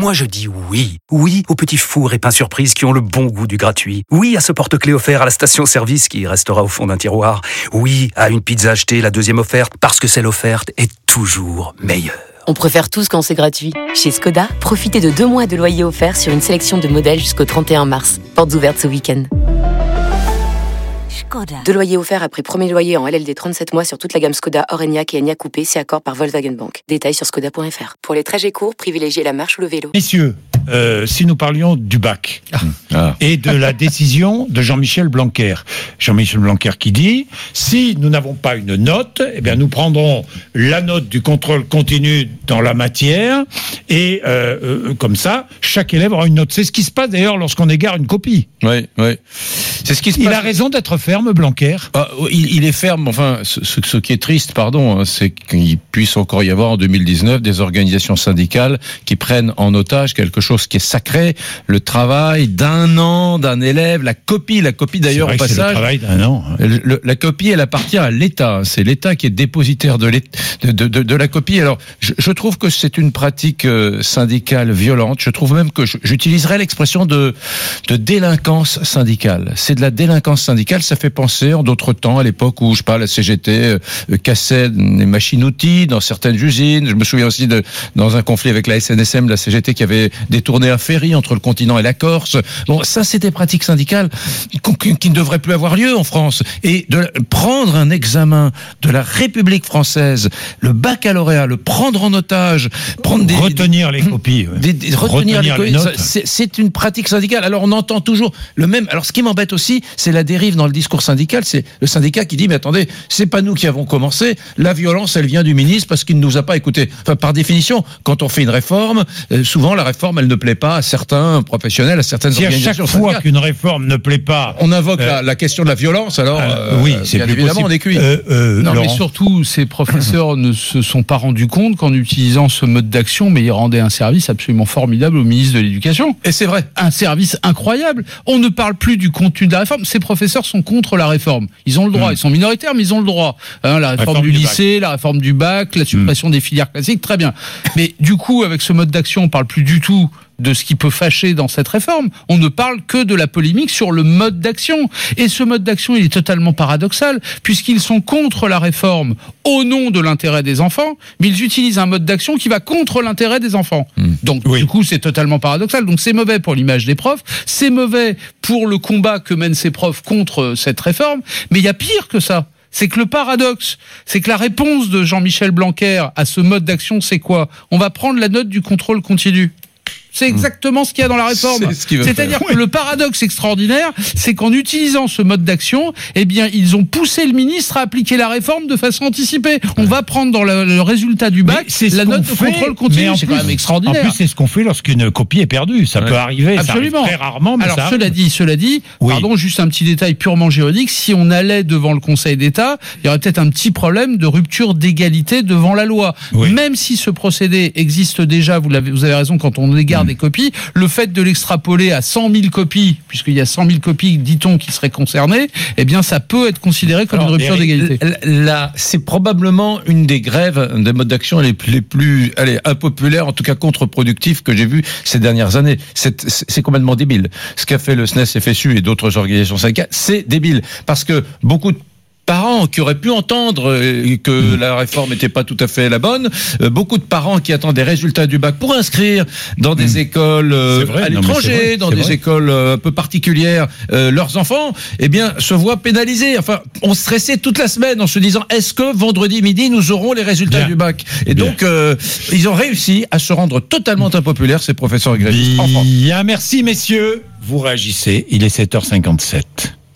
Moi je dis oui. Oui aux petits fours et pains surprises qui ont le bon goût du gratuit. Oui à ce porte-clés offert à la station-service qui restera au fond d'un tiroir. Oui à une pizza achetée, la deuxième offerte, parce que celle offerte est toujours meilleure. On préfère tous quand c'est gratuit. Chez Skoda, profitez de 2 mois de loyer offert sur une sélection de modèles jusqu'au 31 mars. Portes ouvertes ce week-end. 2 loyers offerts après premier loyer en LLD 37 mois sur toute la gamme Skoda, Orenia et Enyaq Coupé, c'est accord par Volkswagen Bank. Détails sur skoda.fr. Pour les trajets courts, privilégiez la marche ou le vélo. Messieurs, si nous parlions du bac et de la décision de Jean-Michel Blanquer. Jean-Michel Blanquer qui dit, si nous n'avons pas une note, eh bien nous prendrons la note du contrôle continu dans la matière et comme ça, chaque élève aura une note. C'est ce qui se passe d'ailleurs lorsqu'on égare une copie. Oui. C'est ce qui se passe. Il a raison d'être ferme, Blanquer. Il est ferme. Enfin, ce qui est triste, c'est qu'il puisse encore y avoir en 2019 des organisations syndicales qui prennent en otage quelque chose qui est sacré, le travail d'un an d'un élève, la copie d'ailleurs au passage. C'est le travail d'un an. La copie, elle appartient à l'État. C'est l'État qui est dépositaire de la copie. Alors, je trouve que c'est une pratique syndicale violente. Je trouve même que j'utiliserais l'expression de délinquance syndicale. C'est de la délinquance syndicale. Ça fait penser en d'autres temps, à l'époque où la CGT cassait des machines-outils dans certaines usines. Je me souviens aussi dans un conflit avec la SNSM, la CGT qui avait détourné un ferry entre le continent et la Corse. Bon, ça, c'est des pratiques syndicales qui ne devraient plus avoir lieu en France. Et de prendre un examen de la République française, le baccalauréat, le prendre en otage, retenir les copies. Retenir les notes. C'est une pratique syndicale. Alors, on entend toujours le même. Alors, ce qui m'embête aussi, c'est la dérive dans le discours syndical. C'est le syndicat qui dit, mais attendez, c'est pas nous qui avons commencé. La violence, elle vient du ministre parce qu'il ne nous a pas écoutés. Enfin, par définition, quand on fait une réforme, souvent, la réforme, elle ne plaît pas à certains professionnels, à certaines organisations. Si à chaque fois qu'une réforme ne plaît pas, on invoque la question de la violence, alors oui, c'est bien plus évidemment possible. On est cuit. Non, mais surtout, ces professeurs ne se sont pas rendus compte qu'en utilisant ce mode d'action, mais ils rendaient un service absolument formidable au ministre de l'Éducation. Et c'est vrai. Un service incroyable. On ne parle plus du contenu de la réforme. Ces professeurs sont contre la réforme. Ils ont le droit. Ils sont minoritaires, mais ils ont le droit. La réforme du lycée, la réforme du bac, la suppression des filières classiques, très bien. Mais du coup, avec ce mode d'action, on parle plus du tout de ce qui peut fâcher dans cette réforme. On ne parle que de la polémique sur le mode d'action. Et ce mode d'action, il est totalement paradoxal, puisqu'ils sont contre la réforme au nom de l'intérêt des enfants, mais ils utilisent un mode d'action qui va contre l'intérêt des enfants. Donc, du coup, c'est totalement paradoxal. Donc, c'est mauvais pour l'image des profs, c'est mauvais pour le combat que mènent ces profs contre cette réforme, mais il y a pire que ça. C'est que le paradoxe, c'est que la réponse de Jean-Michel Blanquer à ce mode d'action, c'est quoi ? On va prendre la note du contrôle continu. C'est exactement ce qu'il y a dans la réforme. C'est-à-dire que le paradoxe extraordinaire, c'est qu'en utilisant ce mode d'action, eh bien, ils ont poussé le ministre à appliquer la réforme de façon anticipée. On va prendre dans le résultat du bac la note de contrôle continu. C'est quand même extraordinaire. En plus, c'est ce qu'on fait lorsqu'une copie est perdue. Ça peut arriver. Absolument. Ça arrive très rarement, mais alors, ça cela dit, pardon, juste un petit détail purement juridique. Si on allait devant le Conseil d'État, il y aurait peut-être un petit problème de rupture d'égalité devant la loi. Même si ce procédé existe déjà, vous avez raison, quand on égare des copies, le fait de l'extrapoler à 100 000 copies, puisqu'il y a 100 000 copies, dit-on, qui seraient concernées, eh bien, ça peut être considéré comme une rupture d'égalité. Là, c'est probablement une des grèves, des modes d'action les plus impopulaires, en tout cas contre-productifs que j'ai vu ces dernières années. C'est complètement débile. Ce qu'a fait le SNES, FSU et d'autres organisations syndicales, c'est débile. Parce que beaucoup de parents qui auraient pu entendre que la réforme n'était pas tout à fait la bonne, beaucoup de parents qui attendent des résultats du bac pour inscrire dans des écoles à l'étranger, dans des écoles un peu particulières, leurs enfants, eh bien, se voient pénalisés. Enfin, on stressait toute la semaine en se disant, est-ce que vendredi midi, nous aurons les résultats du bac? Et donc, ils ont réussi à se rendre totalement impopulaires, ces professeurs grévistes en France. Bien, merci messieurs. Vous réagissez, il est 7h57.